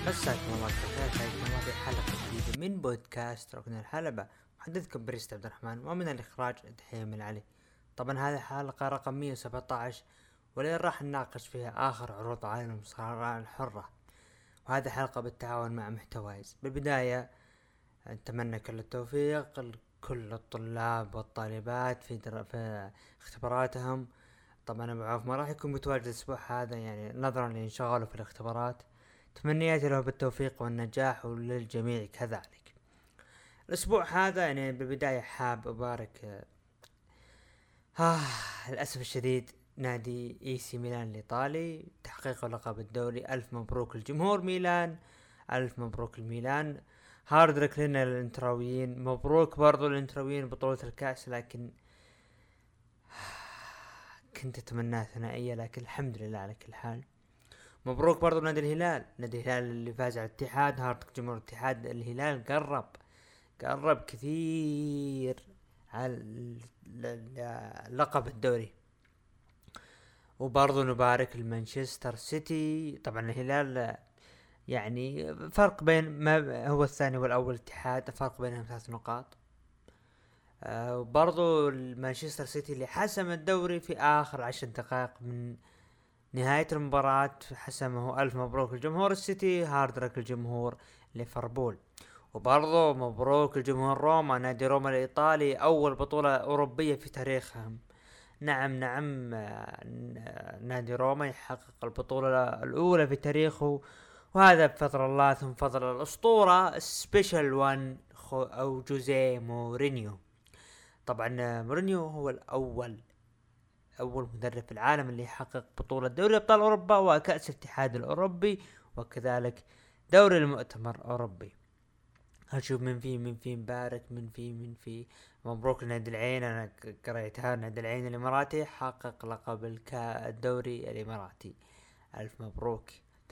مساكم الله بالخير، حياكم الله في حلقة جديدة من بودكاست ركن الحلبة. محدثكم بريست عبد الرحمن، ومن الإخراج دحيم العلي. طبعا هذه الحلقة رقم 117، واللي راح نناقش فيها آخر عروض عالم المصارعة الحرة، وهذه حلقة بالتعاون مع محتوايز. بالبداية نتمنى كل التوفيق لكل الطلاب والطالبات في اختباراتهم. طبعا ابو عوف ما راح يكون متواجد الاسبوع هذا، يعني نظرا لانشغاله في الاختبارات. تمنياتي له بالتوفيق والنجاح وللجميع كذلك. الاسبوع هذا يعني بالبداية حاب ابارك للاسف الشديد نادي اي سي ميلان الايطالي تحقيق لقب الدوري. الف مبروك الجمهور ميلان، الف مبروك الميلان. هارد لك لنا الانتراويين، مبروك برضو الانتراويين بطولة الكأس، لكن كنت اتمنى ثنائية، لكن الحمد لله على كل حال. مبروك برضو نادي الهلال، نادي الهلال اللي فاز على الاتحاد. هارد جمهور الاتحاد، الهلال قرب كثير على لقب الدوري. وبرضو نبارك المانشستر سيتي. طبعا الهلال يعني فرق بين ما هو الثاني والاول الاتحاد، فرق بينهم 3 نقاط. وبرضو المانشستر سيتي اللي حسم الدوري في اخر 10 دقائق من نهاية المباراة حسمه. الف مبروك الجمهور السيتي، هارد لك الجمهور ليفربول. وبرضو مبروك الجمهور روما، نادي روما الايطالي اول بطولة اوروبية في تاريخهم. نعم نادي روما يحقق البطولة الاولى في تاريخه، وهذا بفضل الله ثم فضل الاسطورة سبيشال وان او جوزيه مورينيو. طبعا مورينيو هو اول مدرب في العالم اللي يحقق بطولة دوري ابطال اوروبا وكأس الاتحاد الاوروبي، وكذلك دوري المؤتمر الاوروبي. هشوف من في مبارك من في مبروك لنادي العين. انا قريتها، نادي العين الاماراتي حقق لقب الدوري الاماراتي. الف مبروك.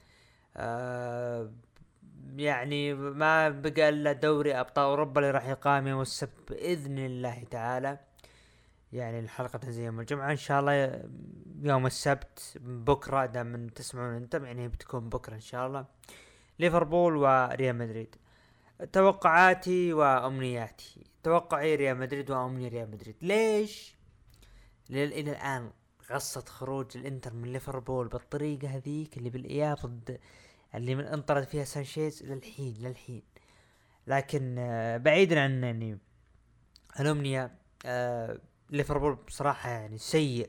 يعني ما بقى الا دوري ابطال اوروبا اللي راح يقام يوم السبت باذن الله تعالى. يعني الحلقة تنزل يوم الجمعة ان شاء الله، يوم السبت بكرة دام تسمعون انتم، يعني بتكون بكرة ان شاء الله. ليفربول وريال مدريد. توقعاتي وامنياتي، توقعي ريال مدريد وامني ريال مدريد. ليش؟ الى الان قصة خروج الانتر من ليفربول بالطريقة هذيك اللي بالاياب ضد اللي من انطرد فيها سانشيز للحين. لكن بعيدا عن يعني الامنية، ليفربول بصراحة يعني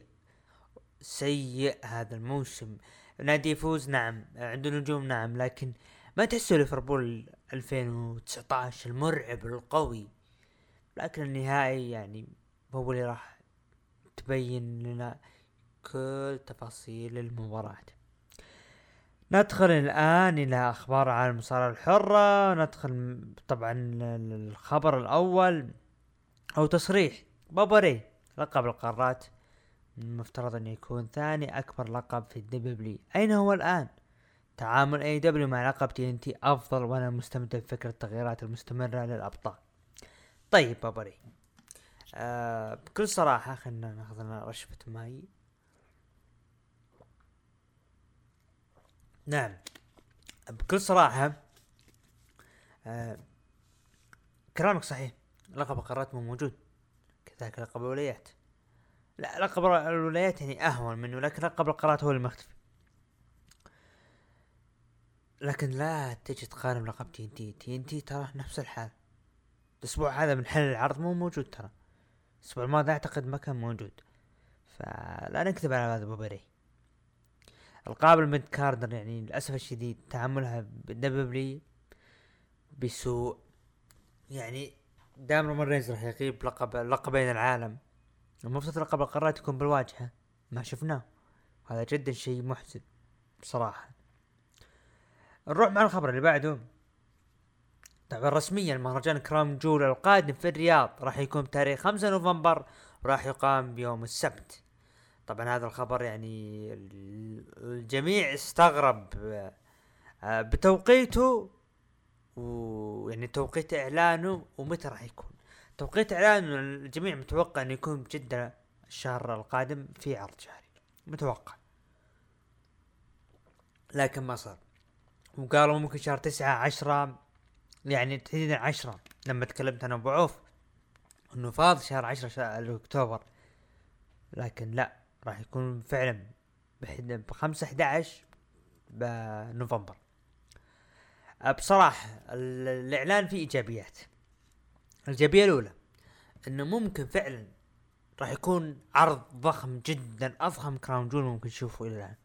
سيء هذا الموسم. نادي يفوز نعم، عنده نجوم نعم، لكن ما تحسوا ليفربول 2019 المرعب القوي. لكن النهائي يعني هو اللي راح تبين لنا كل تفاصيل المباراة. ندخل الآن إلى أخبار عالم المصارعة الحرة. ندخل طبعا الخبر الأول أو تصريح بابا ري، لقب القارات المفترض أن يكون ثاني أكبر لقب في الدبليو. أين هو الآن؟ تعامل اي دبليو مع لقب تي ان تي أفضل، وأنا مستمتع بفكرة التغييرات المستمرة للأبطال. طيب بابا ري، بكل صراحة خلنا ناخذ لنا رشفة ماي. نعم بكل صراحة كلامك صحيح، لقب القارات مو موجود، كذلك لقب الولايات. لا، لقب الولايات يعني اهون منه، لكن لقب القارات هو المختفي. لكن لا تجي تقارن لقب تي ان تي ترى نفس الحال. الاسبوع هذا من حل العرض مو موجود، ترى الاسبوع الماضي اعتقد ما كان موجود، فلا نكذب على هذا بابري. القاب الميد كاردر يعني للاسف الشديد تعاملها بالدبليو بسوء. يعني دام رومان رينز راح يغيب لقبين العالم، المفروض لقب القارات يكون بالواجهة، ما شفناه، هذا جدا شيء محزن بصراحة. نروح مع الخبر اللي بعده. طبعا رسميا مهرجان كرام جول القادم في الرياض راح يكون بتاريخ 5 نوفمبر، وراح يقام بيوم السبت. طبعا هذا الخبر يعني الجميع استغرب بتوقيته، ويعني توقيت اعلانه ومتى راح يكون. توقيت اعلانه الجميع متوقع انه يكون بجدة الشهر القادم في عرض شهري متوقع، لكن ما صار. وقالوا ممكن شهر 9 10، يعني تحديدا 10 لما تكلمت انا ابو عوف انه فاض شهر 10 شهر اكتوبر، لكن لا، راح يكون فعلا ب5 11 بنوفمبر. بصراحة الاعلان فيه ايجابيات. الايجابية الاولى انه ممكن فعلا راح يكون عرض ضخم جدا، اضخم كراون جول ممكن تشوفه الى الان.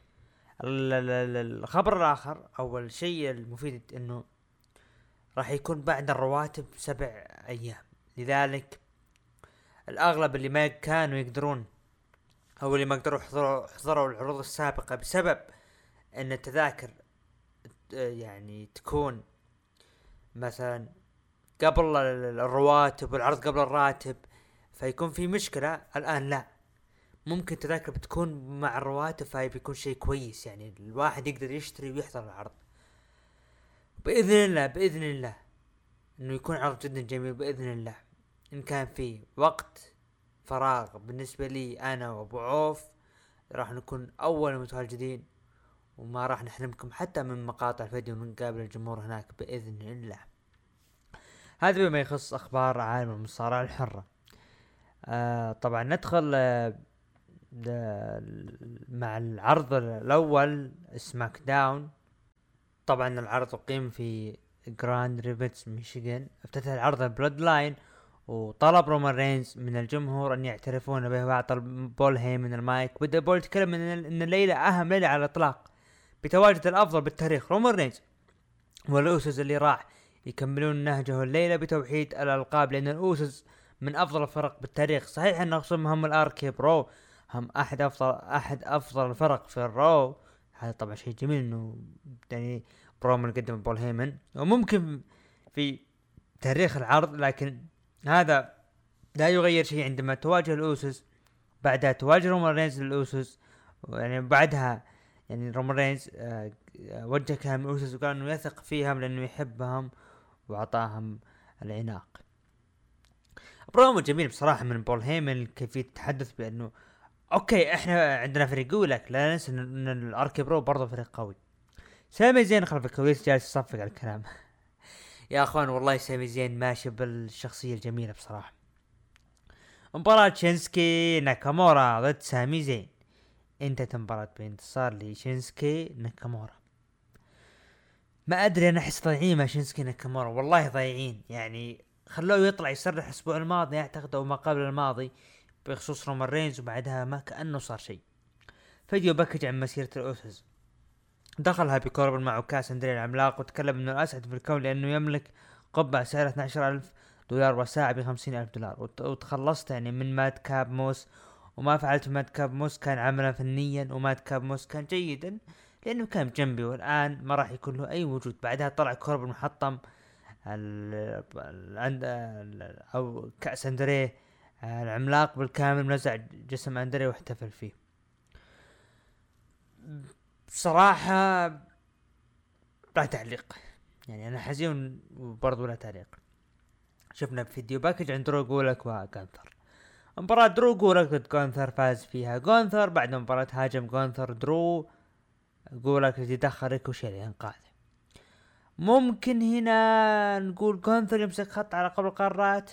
الخبر الاخر او الشيء المفيد انه راح يكون بعد الرواتب 7 ايام، لذلك الاغلب اللي ما كانوا يقدرون او اللي ما قدروا حضروا العروض السابقة بسبب ان التذاكر يعني تكون مثلا قبل الرواتب والعرض قبل الراتب، فيكون في مشكلة. الان لا، ممكن تذاكر بتكون مع الرواتب، فهي بيكون شيء كويس، يعني الواحد يقدر يشتري ويحضر العرض بإذن الله. بإذن الله انه يكون عرض جدا جميل بإذن الله. ان كان في وقت فراغ بالنسبة لي انا وابو عوف راح نكون اول متواجدين، وما راح نحرمكم حتى من مقاطع الفيديو ونقابل الجمهور هناك بإذن الله. هذا بما يخص اخبار عالم المصارعة الحرة. طبعا ندخل مع العرض الاول سماك داون. طبعا العرض اقيم في جراند ريفيتس ميشيغان. افتتح العرض البلود لاين، وطلب رومان رينز من الجمهور ان يعترفون به، واعطى بول هيمن المايك. بدا بول يتكلم ان الليله اهم ليله على الاطلاق بتواجد الافضل بالتاريخ رومان رينز والاوسوس اللي راح يكملون نهجه الليله بتوحيد الالقاب، لان الاوسوس من افضل الفرق بالتاريخ. صحيح ان خصومهم الاركي برو هم احد افضل الفرق في الرو، هذا طبعا شيء جميل انه يعني برو من قدم بول هيمن وممكن في تاريخ العرض، لكن هذا لا يغير شيء عندما تواجه الاوسوس بعدها تواجه رومان رينز للاوسوس. يعني بعدها يعني رومان رينز وجه كلام الاوسوس وقال انه يثق فيهم لانه يحبهم واعطاهم العناق. برومو جميل بصراحة من بول هيمن، كيف يتحدث بانه اوكي احنا عندنا فريق قوي، لك لا ننسى ان الاركي برو برضه فريق قوي. سامي زين خلف الكواليس جالس يصفق على الكلام. يا اخوان والله سامي زين ماشي بالشخصية الجميلة بصراحة. مباراة شينسكي ناكامورا ضد سامي زين. انتهت المباراة بانتصار لشينسكي ناكامورا. ما ادري، انا احس ضايعين مع شينسكي ناكامورا، والله ضايعين. يعني خلوه يطلع يصرح الاسبوع الماضي اعتقد او ما قبل الماضي بخصوص رومان رينز، وبعدها ما كأنه صار شيء. فيديو باكج عن مسيرة الأوسوس. دخل هابي كوربن مع كاس اندري العملاق وتكلم انه الاسعد في الكون لانه يملك قبعة سعرها $12,000 وساعة $50,000 وتخلصت يعني من ماد كاب موس. وما فعلت ماد كاب موس كان عملا فنيا، وماد كاب موس كان جيدا لانه كان جنبي، والان ما راح يكون له اي وجود. بعدها طلع كوربن محطم او كأس اندري العملاق بالكامل، نزع جسم اندري واحتفل فيه. بصراحة لا تعليق، يعني انا حزين وبرضو لا تعليق. شفنا فيديو باكج عند درو جولك وغانثر. مباراة درو جولك ضد غانثر فاز فيها غانثر. بعد مباراة هاجم غانثر درو جولك يتدخل ريكوشي لإنقاذه. ممكن هنا نقول غانثر يمسك خط على قبل القارات.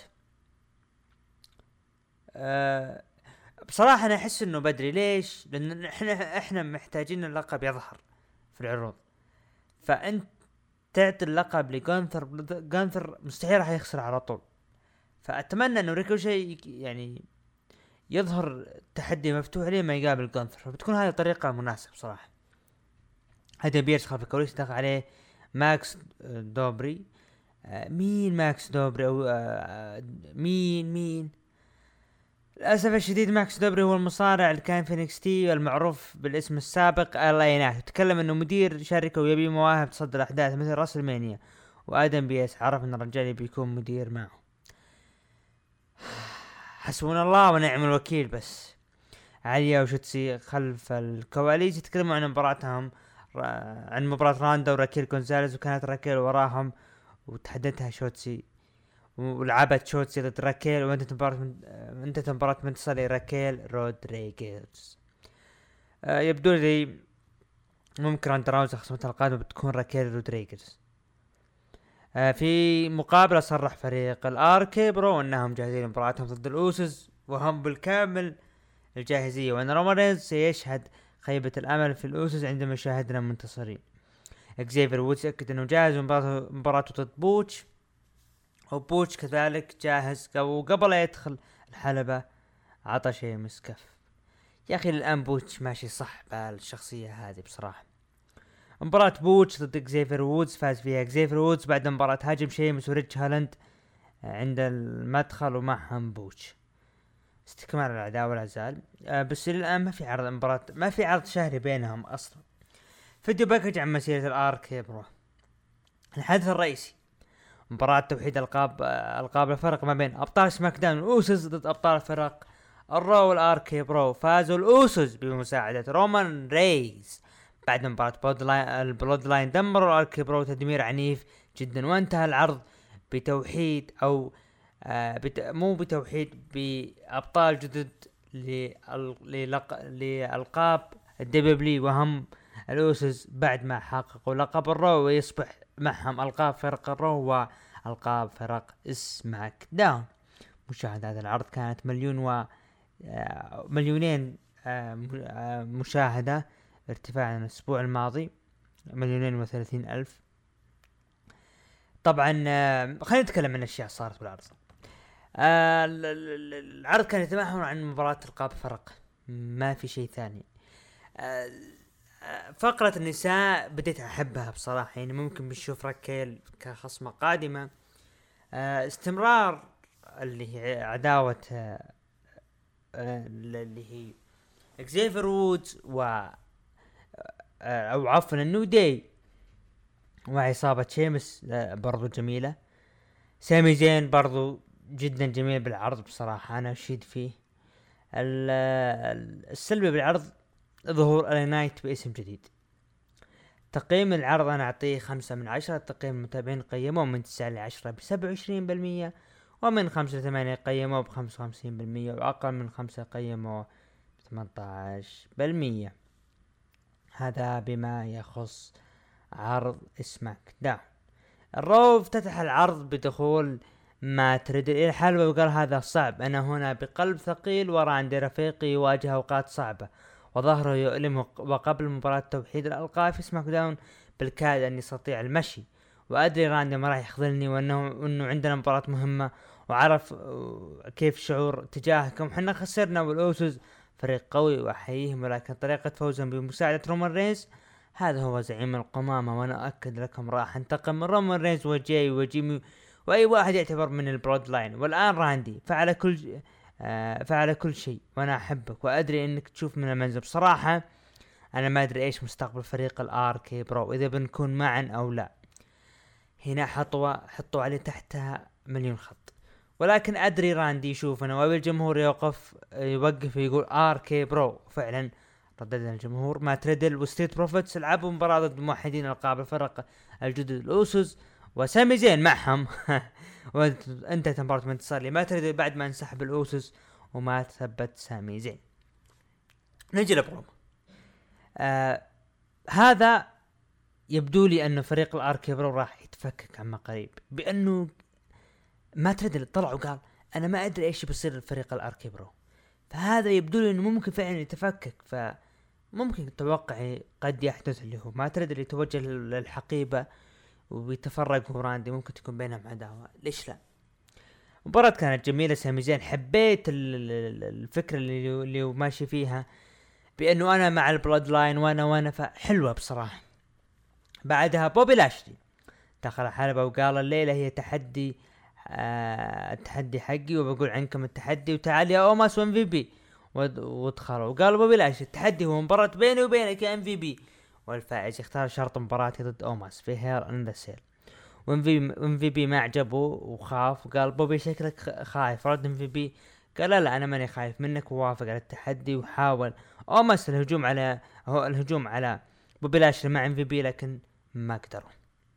بصراحة انا احس انه بدري. ليش؟ لان احنا محتاجين اللقب يظهر في العروض، فانت تعطي اللقب لغانثر. غانثر مستحيل راح يخسر على طول، فاتمنى انه ريكوشي يعني يظهر تحدي مفتوح ليه ما يقابل غانثر، فبتكون هذه طريقة مناسبة بصراحة. هذا بيرس خلف الكواليس دخل عليه ماكس دوبري. مين ماكس دوبري او مين للأسف الشديد ماكس دوبري هو المصارع اللي كان في NXT المعروف بالاسم السابق LA Knight. تكلم انه مدير شركة ويبي مواهب تصدر الاحداث مثل راسل مانيا، وادم بيس عرف ان الرجال بيكون مدير معه. حسبنا الله ونعم الوكيل. بس عليا وشوتسي خلف الكواليس يتكلموا عن مباراتهم، عن مباراة راندا وراكيل كونزاليز، وكانت راكيل وراهم وتحدتها شوتسي ولعبت شوتسي ضد راكيل، وانتهت مباراة بانتصار راكيل رودريغيز. يبدو لي ممكن راند راوزي خصمتها القادمة بتكون راكيل رودريغيز. في مقابلة صرح فريق الاركي برو انهم جاهزين لمباراتهم ضد الاوسوس وهم بالكامل الجاهزية، وان رومان رينز سيشهد خيبة الامل في الاوسوس عندما شاهدنا منتصرين. اكزيفير وودز اكد انه جاهز مباراته ضد بوتش، وبوتش كذلك جاهز، وقبل لا يدخل الحلبة عطى شيء مسكف. يا اخي الان بوتش ماشي صح بالشخصية هذه بصراحة. مباراة بوتش ضد اكزيفير وودز فاز فيها اكزيفير وودز بعد مباراة هاجم شيمس وريتش هالاند عند المدخل ومعهم بوتش استكمال العداوة لا زال. بس الان ما في عرض مباراة، ما في عرض شهري بينهم اصلا. فيديو باكج عن مسيرة الارك برو. الحدث الرئيسي مباراة توحيد القاب الفرق ما بين ابطال سماك داون الاوسوس ضد ابطال فرق الرو والارك برو. فازوا الاوسوس بمساعدة رومان ريز بعد مباراة البلود لاين دمروا الارك برو تدمير عنيف جدا، وانتهى العرض بتوحيد او مو بتوحيد بابطال جدد لألقاب الدبليو وهم الأوسس بعد ما حققوا لقب الرو، ويصبح معهم ألقاب فرق الرو وألقاب فرق سماك داون. مشاهدات العرض كانت مليونين مشاهدة، ارتفاع عن الأسبوع الماضي 230,000. طبعا خلينا نتكلم عن أشياء صارت بالعرض. العرض كان يتمحور عن مباراة القاب فرق، ما في شيء ثاني. فقرة النساء بديت أحبها بصراحة، يعني ممكن بنشوف راكيل كخصمة قادمة. استمرار اللي هي عداوة اللي هي اكزيفير وودز أو عفوا النيو داي وعصابة شيمس برضو جميلة. سامي زين برضو جدا جميل بالعرض بصراحة، أنا أشيد فيه. السلبي بالعرض ظهور ألي نايت باسم جديد. تقييم العرض أنا أعطيه 5/10. تقييم المتابعين قيموه من 9 ل10 ب27%، ومن 5 ل8 قيموه ب55%، وأقل من 5 قيموه ب18%. هذا بما يخص عرض سماك داون. الرو افتتح العرض بدخول مات ريدل الى الحلبة وقال هذا صعب، انا هنا بقلب ثقيل ورا عندي رفيقي يواجه اوقات صعبة وظهره يؤلم، وقبل مباراة توحيد الالقاب في سماك داون بالكاد ان يستطيع المشي، وادري راندي ما راح يخذلني وانه عندنا مباراة مهمة، وعرف كيف شعور تجاهكم. حنا خسرنا والاوسوس فريق قوي واحييهم، ولكن طريقة فوزهم بمساعدة رومان رينز هذا هو زعيم القمامة، وانا اؤكد لكم راح انتقم من رومان رينز وجاي وجيمي واي واحد يعتبر من البرود لاين. والان راندي فعل كل شيء، وانا احبك وادري انك تشوف من المنزل. بصراحة انا ما ادري ايش مستقبل فريق الاركي برو، اذا بنكون معا او لا. هنا حطوا عليه تحتها مليون خط، ولكن ادري راندي يشوفنا والجمهور يوقف ويقول اركي برو. فعلا رددنا الجمهور. ما تريدل وستيت بروفيتس لعبوا مباراة ضد موحدين القاب الفرق الجدد الاوسوس وسامي زين معهم وانت مباراة من انتصار لي ما تريدل بعد ما انسحب الاوسوس وما تثبت سامي زين. نجي لبرومو. هذا يبدو لي أن فريق الاركي برو راح يتفكك عما قريب، بأنه ما تريدل طلع وقال أنا ما أدري إيش بيصير الفريق الاركي برو، فهذا يبدو لي أنه ممكن فعلا يتفكك. فممكن توقعي قد يحدث اللي هو ما تريدل يتوجه للحقيبة ويتفرق راندي، ممكن تكون بينهم عداوة، ليش لا. مباراة كانت جميلة، سامي زين حبيت الفكرة اللي ماشي فيها بأنه أنا مع البلود لاين وانا فحلوة بصراحة. بعدها بوبي لاشلي دخل الحلبة وقال الليلة هي تحدي التحدي حقي وبقول عنكم التحدي وتعال يا اوماس وام في بي. ودخلوا وقال بوبي لاشلي التحدي هو مباراة بيني وبينك يا ام في بي، والفائز يختار شرط مباراتي ضد اوماس في هير ان ذا سيل. وام في بي ما عجبه وخاف وقال بوبي شكلك خايف. رد ام في بي قال لا انا ماني خايف منك، ووافق على التحدي. وحاول اوماس الهجوم على بوبي لاشلي مع ام في بي لكن ما قدروا.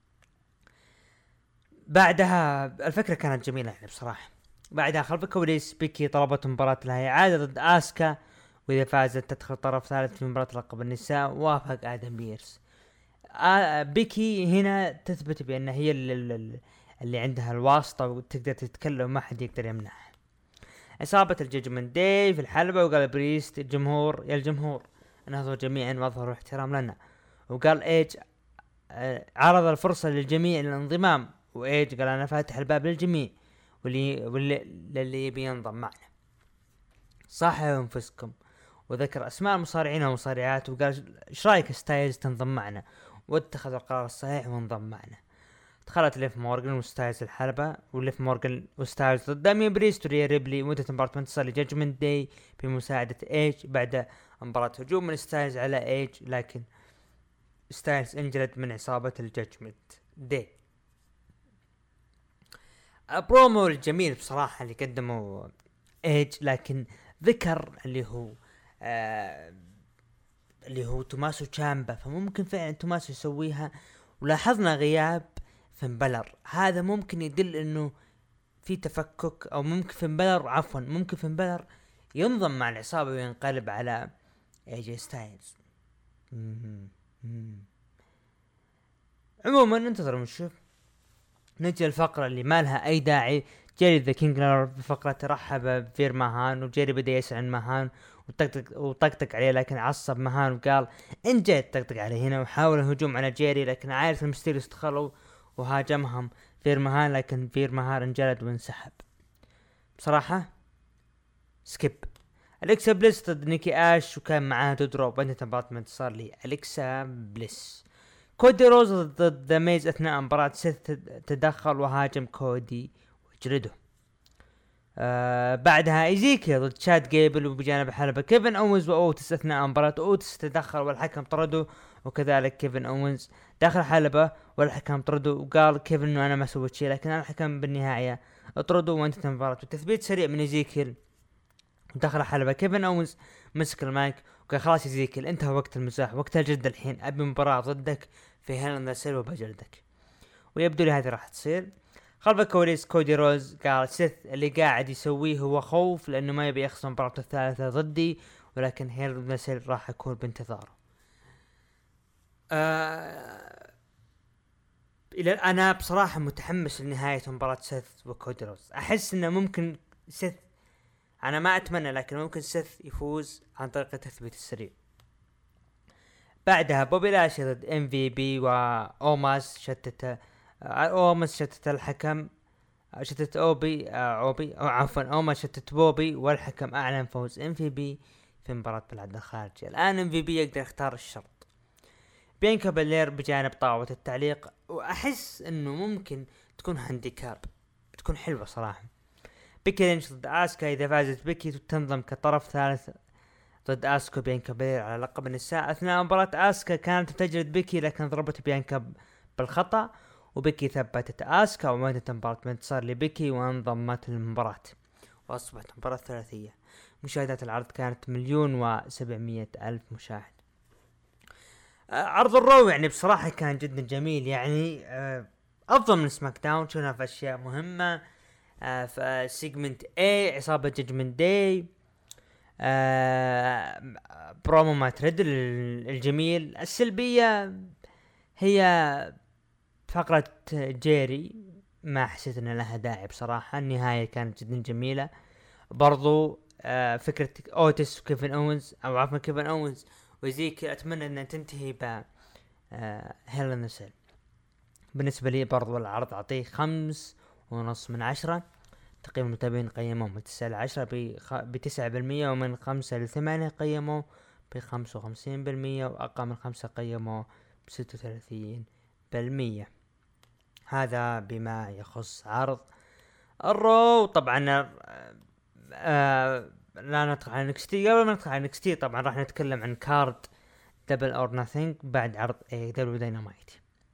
بعدها الفكرة كانت جميلة يعني بصراحة. بعدها خلف الكواليس بيكي طلبت مباراة لها إعادة ضد آسكا واذا فازت تدخل طرف ثالث في مباراة لقب النساء. وافق ادم بيرس. بيكي هنا تثبت بان هي اللي عندها الواسطة وتقدر تتكلم، ما حد يقدر يمنعها. عصابة الجاجمنت داي في الحلبة، وقال بريست الجمهور يا الجمهور نهضوا جميعا واظهروا احترام لنا. وقال ايج عرض الفرصة للجميع للانضمام، وايج قال انا فاتح الباب للجميع واللي يبي ينضم معنا صحوا انفسكم، وذكر اسماء المصارعين والمصارعات وقال ايش رايك ستايلز تنضم معنا، واتخذ القرار الصحيح وانضم معنا. دخلت ليف مورغان وستايلز الحلبة، وليف مورغان وستايلز ضد دامي بريست وريا ريبلي. مدة مباراة انتصار لجاجمنت داي بمساعدة ايج بعد مباراة هجوم من ستايلز على ايج، لكن ستايلز انجلد من عصابة الجاجمنت داي. برومو الجميل بصراحة اللي قدمه ايج، لكن ذكر اللي هو توماسو تشامبا، فممكن فعلا توماسو يسويها. ولاحظنا غياب فين بلر، هذا ممكن يدل انه في تفكك، او ممكن فين بلر ينضم مع العصابة وينقلب على ايجي ستايلز. عموما ننتظر ونشوف. نجي الفقرة اللي ما لها اي داعي. جيري ذا كينجلر بفقرة ترحب بفير ماهان، وجيري بدأ يسأل عن ماهان وطقطق عليه، لكن عصب ماهان وقال ان جيت طقطق عليه هنا، وحاول الهجوم على جيري، لكن عائلة المستيريوس دخلوا وهاجمهم فير ماهان، لكن فير ماهان انجلد وانسحب. بصراحة سكيب. أليكسا بليس ضد نيكي آش، وكان معاه دودروب، وانت مباراة من انتصار لي أليكسا بليس. كودي روز ضد ذا ميز اثناء مباراة سيث تدخل وهاجم كودي وجلده. بعدها ايزيكي ضد شاد جيبل، وبجانب حلبة كيفن أوينز وأوتس اثناء مباراة. أوتس تدخل والحكم طرده، وكذلك كيفن أوينز داخل حلبة والحكم طرده، وقال كيفن انه انا ما سويت شيء، لكن الحكم بالنهاية طرده وانتهت المباراة. وتثبيت سريع من ايزيكيل دخل حلبة كيفن أوينز مسك المايك وقال خلاص ايزيكيل انتهى وقت المزاح، وقت الجد الحين، ابي مباراة ضدك في هيل ان ذا سيل وبجلدك. ويبدو لي هذه راح تصير. خلف الكواليس كودي روز قال سيث اللي قاعد يسويه هو خوف، لانه ما يبي يخسر مباراته الثالثة ضدي، ولكن هيل ان ذا سيل راح اكون بانتظاره. انا بصراحة متحمس لنهاية مباراة سيث وكودي روز. احس انه ممكن سيث، انا ما اتمنى، لكن ممكن سيث يفوز عن طريق التثبيت السريع. بعدها بوبي لاشي ضد ام في بي، واوماس شتت الحكم، شتت اوماس شتت بوبي، والحكم اعلن فوز ام في بي في مباراة بالعدل الخارجي. الان ام في بي يقدر يختار الشرط. بيانكا بالير بجانب طاولة التعليق، واحس انه ممكن تكون هانديكاب، تكون حلوة صراحة. بيكي لينش ضد اسكا، اذا فازت بيكي تنضم كطرف ثالث ضد اسكا بيانكا بالير على لقب النساء. اثناء مباراة اسكا كانت تجلد بيكي، لكن ضربت بيانكا بالخطأ، وبيكي ثبتت اسكا، وماتت مباراة بانتصار لبيكي وانضمت للمباراة، واصبحت مباراة ثلاثية. مشاهدات العرض كانت 1,700,000 مشاهد. عرض الرو يعني بصراحة كان جدا جميل، يعني افضل من سماك داون. شفنا في اشياء مهمة في سيجمنت اي عصابة جاجمنت داي، برومو ما ترد الجميل. السلبية هي فقرة جيري، ما حسيت ان لها داعي بصراحة. النهاية كانت جدا جميلة. برضو فكرة اوتس وكيفن اونز، او عفوا كيفن اونز وزيك، اتمنى ان تنتهي ب هيل نسل. بالنسبة لي برضو العرض اعطيه 5.5/10. تقييم المتابعين قيموه من 9 ل10 ب9%، ومن 5 ل8 قيموه ب55%، واقل من 5 قيموه ب36%. هذا بما يخص عرض الرو. طبعا لا ندخل على نكستي. قبل ما ندخل على نكستي طبعا راح نتكلم عن كارد دبل اور ناثينج بعد عرض دبل داينامايت.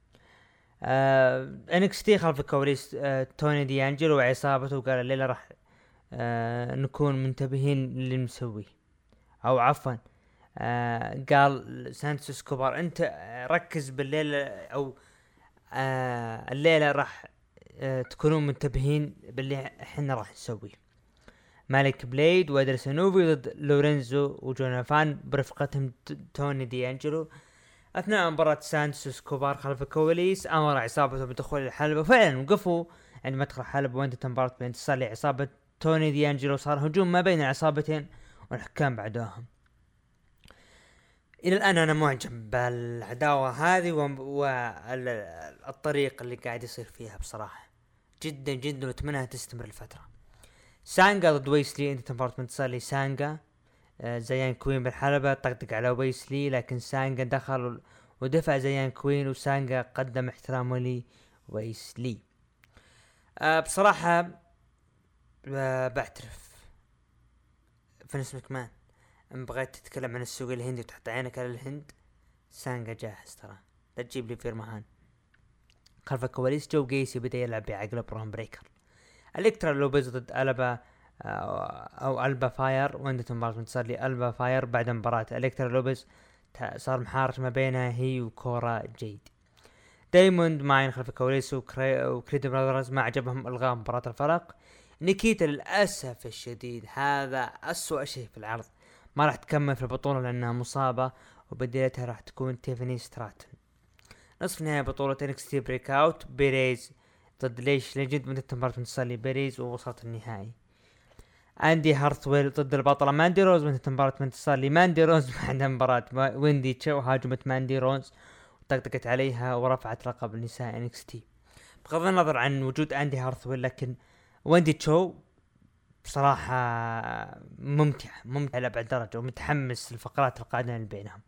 NXT خلف الكواليس توني دي انجلو وعصابته، وقال الليلة راح نكون منتبهين للي مسويه، او عفوا قال سانتوس كوبار انت ركز بالليلة، او الليلة راح تكونون منتبهين باللي احنا راح نسويه. مالك بليد وادرسون نوفي ضد لورينزو وجونافان برفقتهم توني دي أنجلو. أثناء مباراة سانتوس وسكوبار خلف الكواليس أمر عصابته بدخول الحلبة، وفعلا وقفوا عند مدخل الحلبة وانتهت المباراة بانتصار لعصابة توني دي أنجلو. صار هجوم ما بين العصابتين والحكام بعدهم. إلى الآن أنا معجب بالعداوة هذه والطريق اللي قاعد يصير فيها بصراحة جدا جدا، وأتمنى تستمر الفترة. سانجا ضد ويسلي، انت مباراة انتصار لسانجا. زيان كوين بالحلبة طقطق على ويسلي، لكن سانجا دخل ودفع زيان كوين، وسانجا قدم احترامه لي ويسلي. بصراحة بعترف فينس ماكمان، ان بغيت تتكلم عن السوق الهندي وتحط عينك على الهند، سانجا جاهز ترى، لا تجيب لي فيرمان. خلف الكواليس جو جيسي بدأ يلعب بعقل برون بريكر. الكترا لوبيز ضد ألبا او ألبا فاير، وانتهت المباراة انتصار لألبا فاير. بعد مباراة الكترا لوبيز صار محارش ما بينها هي وكورا جيد. دايموند ماين خلف الكواليس وكريد براذرز ما عجبهم الغاء مباراة الفرق. نيكيتا للأسف الشديد هذا أسوأ شيء في العرض، ما راح تكمل في البطولة لأنها مصابة، وبدايتها راح تكون تيفاني ستراتون. نصف نهاية بطولة NXT بريك اوت، بيريز ضد ليش ليجند، وانتهت المباراة انتصار لبيريز ووصلت النهائي. اندي هارثويل ضد البطلة ماندي روز، وانتهت المباراة انتصار لماندي روز. بعد مباراة ويندي تشو هاجمت ماندي روز وطقطقت عليها ورفعت لقب النساء NXT. بغض النظر عن وجود اندي هارثويل، لكن ويندي تشو بصراحة ممتع لأبعد درجة، ومتحمس للفقرات القادمة اللي بينهم.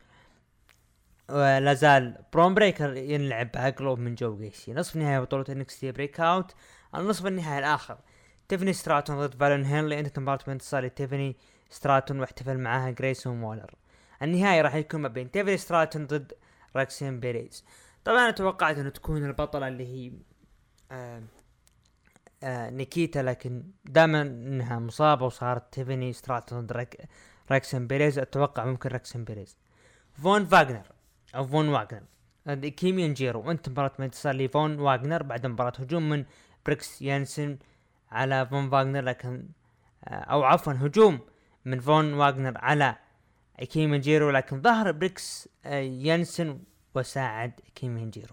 ولا زال برون بريكر يلعب عقله من جو جيسي. نصف نهاية بطولة NXT بريك اوت. النصف النهائي الآخر تيفاني ستراتون ضد فالون هنلي، انتهت المباراة بانتصار تيفاني ستراتون واحتفل معاها جريسون وولر. النهاية راح يكون ما بين تيفاني ستراتون ضد راكسين بيريز. طبعا انا توقعت انه تكون البطلة اللي هي نيكيتا، لكن دائما انها مصابة وصارت تيفاني ستراتون ضد راكسين بيريز. اتوقع ممكن راكسين بيريز. فون واغنر او فون واغنر ضد كيميان جيرو، وانت مباراة انتصار لفون واغنر بعد مباراة هجوم من بريكس يانسن على فون واغنر، لكن او عفوا هجوم من فون واغنر على كيميان جيرو، لكن ظهر بريكس يانسن وساعد كيميان جيرو.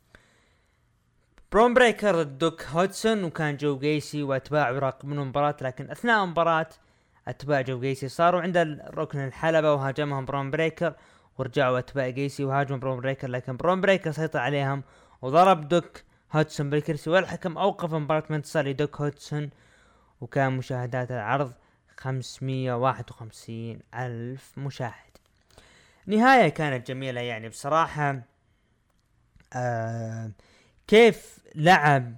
برون بريكر ضد دوك هودسون، وكان جو جيسي واتباعه يراقبون المباراة، لكن اثناء المباراة اتباع جو جيسي صاروا عند ركن الحلبة وهاجمهم برون بريكر، ورجعوا اتباع جيسي وهاجموا برون بريكر، لكن برون بريكر سيطر عليهم وضرب دوك هودسون بالكرسي، والحكم اوقف المباراة من انتصار لدوك هودسون. وكان مشاهدات العرض 551 ألف مشاهد. نهاية كانت جميلة يعني بصراحة. كيف لعب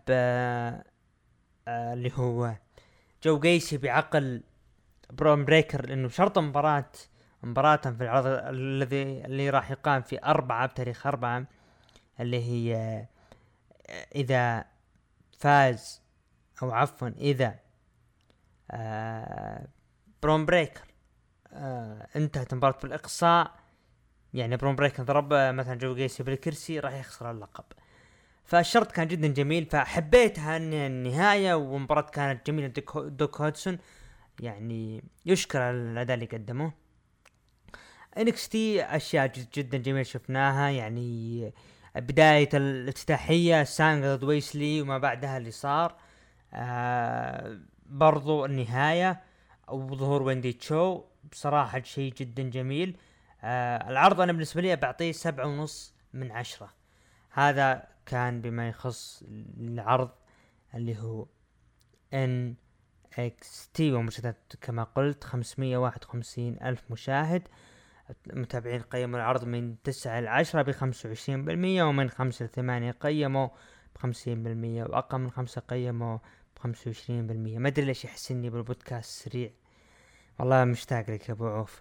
اللي هو جو جيسي بعقل برون بريكر، لانه شرط مباراة في العرض اللي راح يقام في 4 بتاريخ 4، اللي هي اذا فاز او عفوا اذا برون بريكر انتهت المباراة بالاقصاء، يعني برون بريكر ضرب مثلا جو جيسي بالكرسي راح يخسر اللقب. فالشرط كان جدا جميل، فحبيتها النهاية، ومباراة كانت جميلة. دوك هودسون يعني يشكر على الأداء اللي قدموه. NXT أشياء جدا جميلة شفناها، يعني بداية الافتتاحية سانجا ضد ويسلي وما بعدها اللي صار، برضو النهاية وظهور ويندي تشو، بصراحة شيء جدا جميل. العرض أنا بالنسبة لي بعطيه 7.5/10. هذا كان بما يخص العرض اللي هو NXT، ومشاهدات كما قلت 551 ألف مشاهد. متابعين قيموا العرض من 9 ل10 ب25%، ومن 5 ل8 قيموا ب50%، وأقل من 5 قيموا ب25%. ما أدري ليش يحسني بالبودكاست سريع، والله مشتاق لك يا أبو عوف.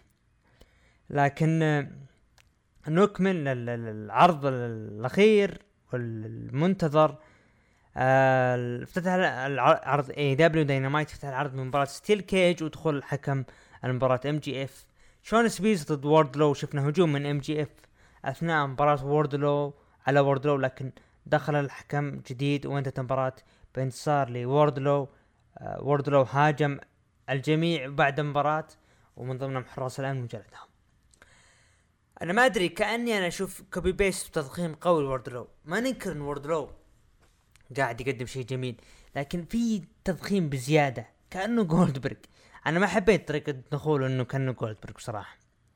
لكن نكمل العرض الأخير والمنتظر. افتتح العرض AEW داينامايت، افتتح العرض من مباراة ستيل كيج ودخول الحكم المباراة MGF. شون سبيز ضد ووردلو، شفنا هجوم من MGF أثناء مباراة ووردلو على ووردلو، لكن دخل الحكم جديد وانتهت المباراة بانتصار لووردلو وردلو هاجم الجميع بعد مباراة، ومن ضمنهم حراس الأمن وجلدهم. أنا ما أدري، كأني أنا أشوف كوبي بيست تضخيم قوي وردلو. ما ننكر إن وردلو قاعد يقدم شيء جميل، لكن في تضخيم بزيادة كأنه جولدبرغ. أنا ما حبيت طريقة دخوله إنه كأنه جولدبرغ بصراحة.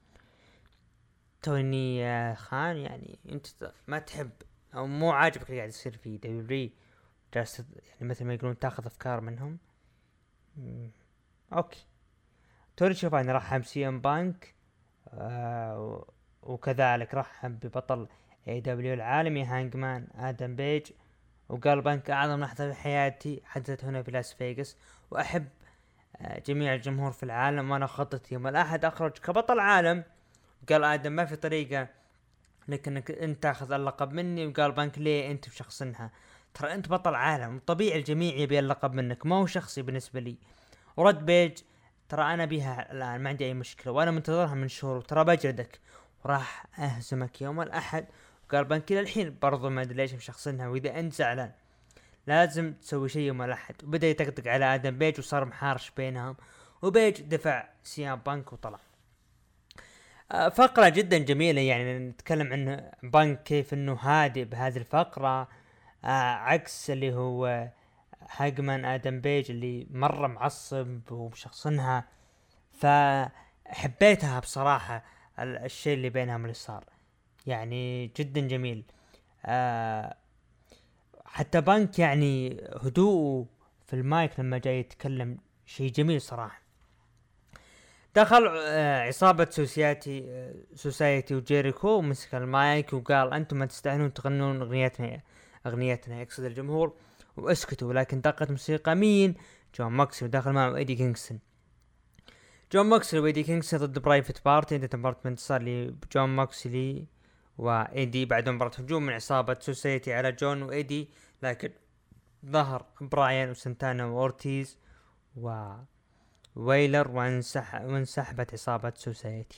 توني يا خان، يعني أنت ما تحب أو مو عاجبك اللي قاعد يصير في دبليو، جالس يعني مثل ما يقولون تاخذ أفكار منهم. أوكي. توني شوفاني رحم سي ام بانك، وكذلك رحب ببطل اي دبليو العالمي هانجمان ادم بيج، وقال بانك اعظم لحظة في حياتي حدثت هنا في لاس فيغاس، واحب جميع الجمهور في العالم، وانا خطط يوم الاحد اخرج كبطل عالم. قال ادم ما في طريقة لكنك انت تاخذ اللقب مني. وقال بانك ليه انت بشخصنها؟ ترى انت بطل عالم، طبيعي الجميع يبي اللقب منك، ما هو شخصي بالنسبة لي. ورد بيج ترى انا بيها الان، ما عندي اي مشكلة، وانا منتظرها من شهور، وترى بجلدك وراح اهزمك يوم الاحد. وقال بانك الحين برضو ما ادري ليش مشخصنها، واذا انت زعلان لازم تسوي شيء يوم الاحد. وبدا يطقطق على ادم بيج، وصار محارش بينهم، وبيج دفع سيام بانك وطلع. فقرة جدا جميلة، يعني نتكلم عن بانك كيف انه هادئ بهذه الفقرة، عكس اللي هو هاجمان ادم بيج اللي مرة معصب ومشخصنها. فحبيتها بصراحة الشيء اللي بينهم اللي صار، يعني جدا جميل. حتى بانك يعني هدوءه في المايك لما جاي يتكلم شيء جميل صراحة. دخل عصابة سوسايتي وجيريكو، ومسك المايك وقال انتم ما تستاهلون تغنون اغنيتنا يقصد الجمهور، واسكتوا. لكن دقت موسيقى مين؟ جون ماكسلي، ودخل معه ايدي كينغستون. جون ماكسلي وايدي كينغستون ضد برايفت بارتي. انت مباراة صار لي جون ماكسلي وايدي بعد مباراة هجوم من عصابة سوسايتي على جون وايدي، لكن ظهر براين وسنتانا واورتيز وويلر وانسحبت عصابة سوسايتي.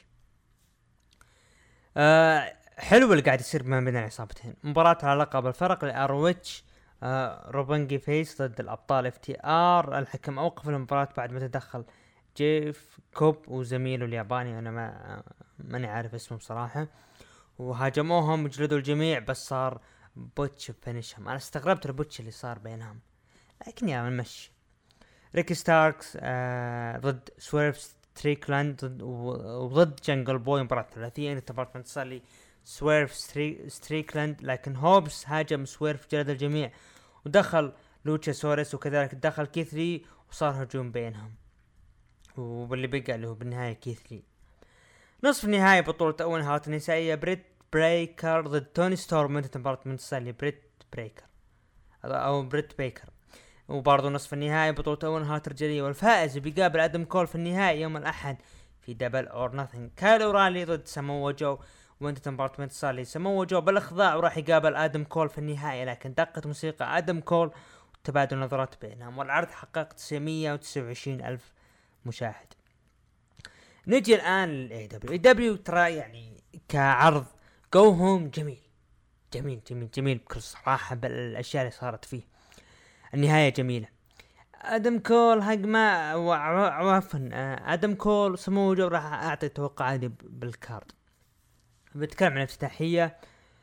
حلو اللي قاعد يصير ما بين العصابتين. مباراة على لقب الفرق لأرويتش، روبنجي فيس ضد الأبطال اف تي ار. الحكم أوقف المباراة بعد ما تدخل جيف كوب وزميله الياباني، أنا ماني عارف اسمه بصراحة، وهاجموهم وجلدوا الجميع، بس صار بوتش فينيشهم. أنا استغربت البوتش اللي صار بينهم، لكن يا نمشي. ريكي ستاركس ضد سويرف ستريكلاند وضد جنجل بوي، مباراة ثلاثية. انتبهت من صار لي سويرف ستريكلاند، لكن هوبس هاجم سويرف جلد الجميع، ودخل لوتشا سوريس، وكذلك دخل كيثلي، وصار هجوم بينهم، واللي بقى اللي هو بالنهاية كيثلي. نصف النهائي بطولة أول هات النسائية، بريت بريكر ضد توني ستورم. انت مباراة من صار لي بريت بريكر او بريت بيكر. وبرضو نصف النهائي بطولة أول هات رجالية، والفائز بيقابل آدم كول في النهائي يوم الأحد في دبل أور ناثينج. كايلو رالي ضد سامو جو، وانت تمبارتمنت صار لي سامو جو بالإخضاع، وراح يقابل آدم كول في النهائي، لكن دقت موسيقى آدم كول وتبادل نظرات بينهم، والعرض حقق 929 ألف مشاهد. نجي الآن للاي دبليو. ترى يعني كعرض جو هوم جميل جميل جميل جميل بكل صراحة، بالأشياء اللي صارت فيه. النهاية جميلة. ادم كول حق ما عفوا ادم كول سموجو راح اعطي توقع عادي بالكارد. بتكلم عن افتتاحية،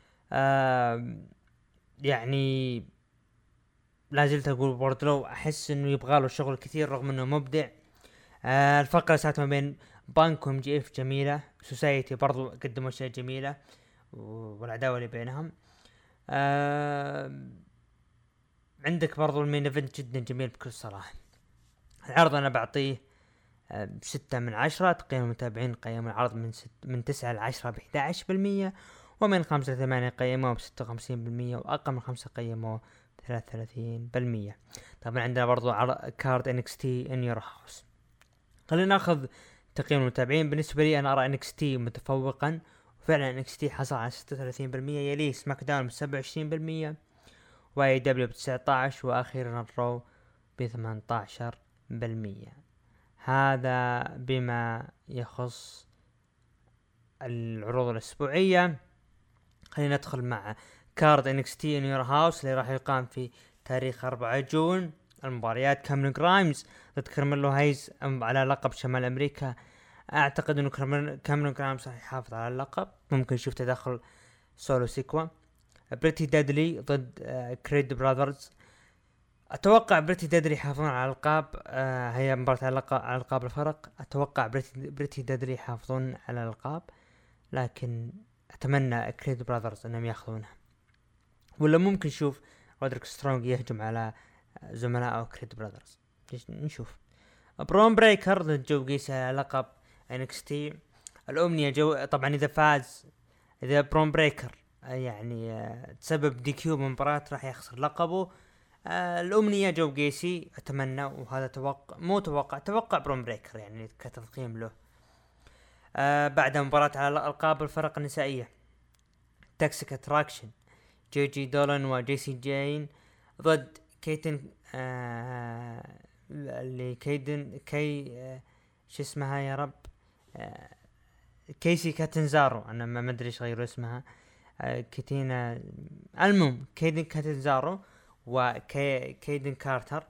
يعني لازلت اقول بوردلو احس انه يبغى له شغل كثير رغم انه مبدع. الفقرة صارت ما بين بانك وام جي اف جميلة، سوسايتي برضو قدموا اشياء جميلة، والعداوة اللي بينهم. عندك برضو المين ايفنت جدا جميل بكل صراحة. العرض انا بعطيه 6/10. تقييم المتابعين قيموا العرض من 9 ل10 ب11%، ومن 5 ل8 قيموه ب56%، واقل من 5 قيموه ب33%. طبعا عندنا برضو كارد NXT in your house. خلينا ناخذ تقييم المتابعين. بالنسبة لي انا ارى NXT متفوقا، وفعلا NXT حصل على 36%، يليه سماك داون ب27%، واي دبليو ب19، واخيرا الرو ب18%. هذا بما يخص العروض الأسبوعية. خلينا ندخل مع كارد NXT in your house اللي راح يقام في تاريخ 4 جون المباريات كاميرون جرايمز ضد كارميلو هايز على لقب شمال امريكا. اعتقد انه كاميرون جرايمز راح يحافظ على اللقب. ممكن نشوف تدخل سولو سيكوا. بريتي دادلي ضد كريد براذرز. اتوقع بريتي دادلي يحافظون على الالقاب. هي مباراة على القاب الفرق. اتوقع بريتي دادلي يحافظون على الالقاب، لكن اتمنى كريد براذرز انهم ياخذونها. ولا ممكن نشوف رودريك سترونج يهجم على زملائه كريد براذرز. نشوف. برون بريكر ضد جو جيسي على لقب NXT. الأمنية جو طبعا إذا برون بريكر يعني تسبب ديكيو بمباراة راح يخسر لقبه. الأمنية جو جيسي أتمنى، وهذا توقع برون بريكر يعني كتضخيم له. بعد مباراة على ألقاب الفرق النسائية، تكسيك اتراكشن جي دولان وجيسي جين ضد كيتن اللي شو اسمها يا رب، كيسي كاتنزارو. انا ما ادري ايش غيروا اسمها. كيتينا المهم كيدن كاتنزارو وكيدن كارتر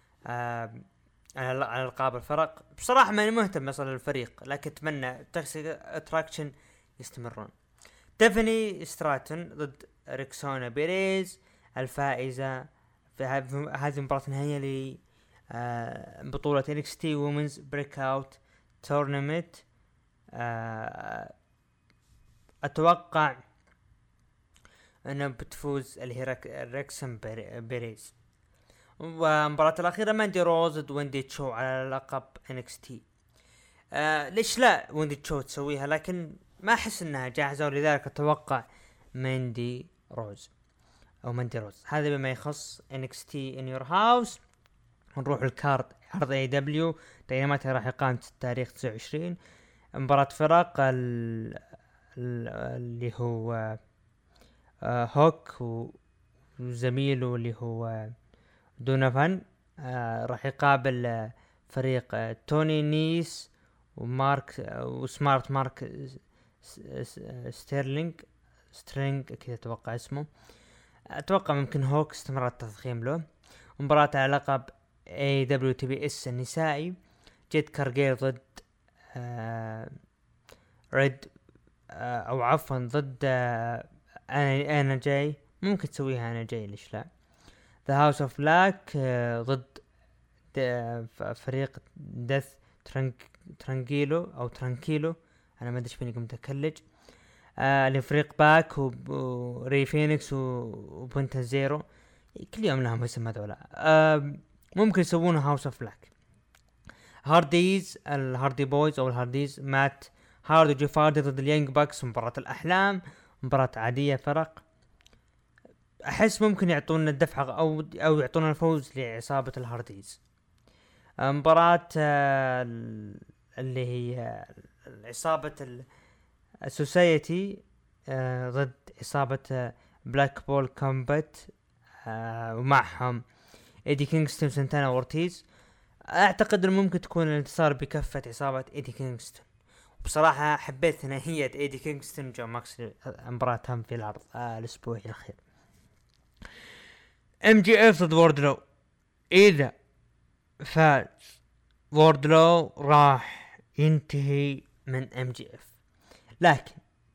على القاب الفرق. بصراحة ماني مهتم اصلا للفريق، لكن اتمنى تكسيك اتراكشن يستمرون. تيفاني ستراتون ضد ريكسونا بيريز. الفائزة في هذه المباراة النهائية بطولة NXT Women's Breakout Tournament. أتوقع أنه بتفوز اللي هي ريكسون بيريز. ومباراة الأخيرة ماندي روز ضد ويندي تشو على لقب NXT. ليش لا ويندي تشو تسويها، لكن ما أحس أنها جاهزة، ولذلك أتوقع ماندي روز. هذا بما يخص NXT in your house. نروح الكارد عرض AEW داينامايت راح يقام تاريخ 29. مباراة فرق اللي هو هوك وزميله اللي هو دونافان راح يقابل فريق توني نيس وسمارت مارك سترينج كذا اتوقع اسمه. اتوقع ممكن هوك استمر التضخيم له. مباراة على لقب AWTBS النسائي، جيد كارجيل ضد ريد او عفوا ضد انا جاي. ممكن تسويها انا جاي، ليش لا. ذا هاوس اوف بلاك ضد فريق ديث ترانكيلو انا ما ادري ايش بيني قمت اكلج. لفريق باك وري فينيكس وبنتا زيرو، كل يوم لهم اسم هذولا. ممكن يسوونه هاوس اوف بلاك. الهاردي بويز او الهارديز، مات هارد وجيف هاردي ضد اليانج باكس. مباراة الأحلام، مباراة عادية فرق. أحس ممكن يعطونا الدفعة أو يعطونا الفوز لعصابة الهارديز. مباراة اللي هي عصابة السوسايتي ضد عصابة بلاك بول كومبات، ومعهم إيدي كينغستون سانتانا وورتيز. أعتقد أنه ممكن تكون الانتصار بكفة عصابة إيدي كينغستون. بصراحة حبيت ثنائية إيدي كينغستون وجون ماكسلي مباراتهم في العرض الأسبوعي الأخير. MJF ضد ووردلو. إذا فاز ووردلو راح ينتهي من MJF، لكن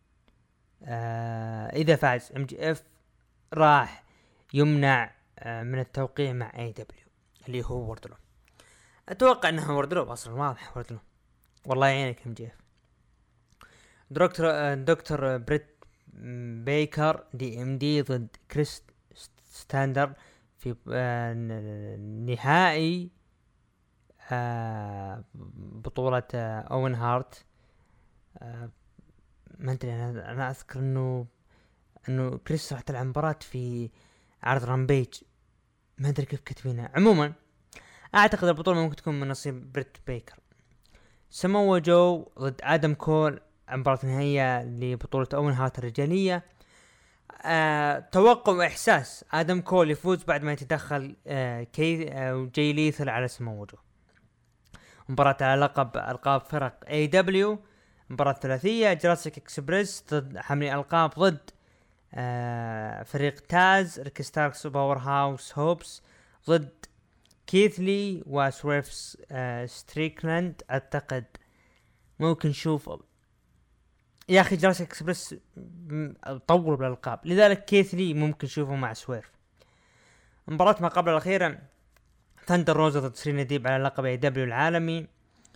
إذا فاز MJF راح يمنع من التوقيع مع AEW اللي هو ووردلو. أتوقع أنه ووردلو أصلا واضح. ووردلو والله يعينك MJF. دكتور بريت بيكر DMD ضد كريس ستاندر في نهائي بطولة أوين هارت. ما أدري، أنا أذكر إنه كريس راح تلعب مباراة في عرض رامبيج، ما أدري كيف كتبينها. عموما أعتقد البطولة ممكن تكون من نصيب بريت بيكر. سمو جو ضد آدم كول، مباراة نهائية لبطولة أوين هارت الرجالية. توقع وإحساس آدم كول يفوز بعد ما يتدخل جاي ليثل على سمو جو. مباراة على لقب ألقاب فرق AEW، مباراة ثلاثية جراسيك اكسبريس ضد حملي ألقاب ضد فريق تاز، ريك ستاركس وباور هاوس هوبس ضد كيثلي وسويرف ستريكلاند اعتقد ممكن نشوف. يا اخي جراسيك اكسبرس طوروا بالالقاب، لذلك كيثلي ممكن نشوفه مع سويرف. مباراة ما قبل الاخيرة ثاندر روزا ضد سرينا ديب على لقب اي دبليو العالمي.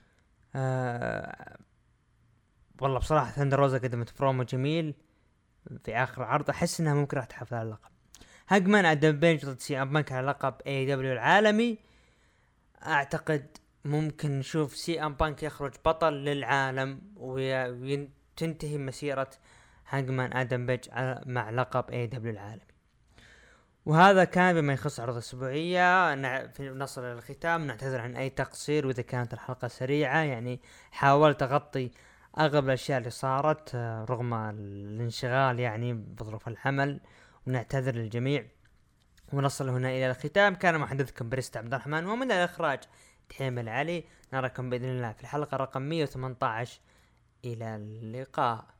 والله بصراحة ثاندر روزا قدمت برومو جميل في اخر عرض، احس انها ممكن راح تحافظ على اللقب. هاجمان ادم بيج ضد سي ام بانك على لقب اي دبليو العالمي. اعتقد ممكن نشوف سي ام بانك يخرج بطل للعالم وتنتهي مسيرة هاجمان ادم بيج مع لقب اي دبليو العالمي. وهذا كان بما يخص عرض الأسبوعية. نصل إلى الختام، نعتذر عن أي تقصير وإذا كانت الحلقة سريعة، يعني حاولت أغطي أغلب الأشياء اللي صارت رغم الانشغال يعني بظروف العمل، ونعتذر للجميع. ونصل هنا إلى الختام. كان محدثكم بريست عبد الرحمن، ومن الإخراج تحيم العلي. نراكم بإذن الله في الحلقة رقم 118. إلى اللقاء.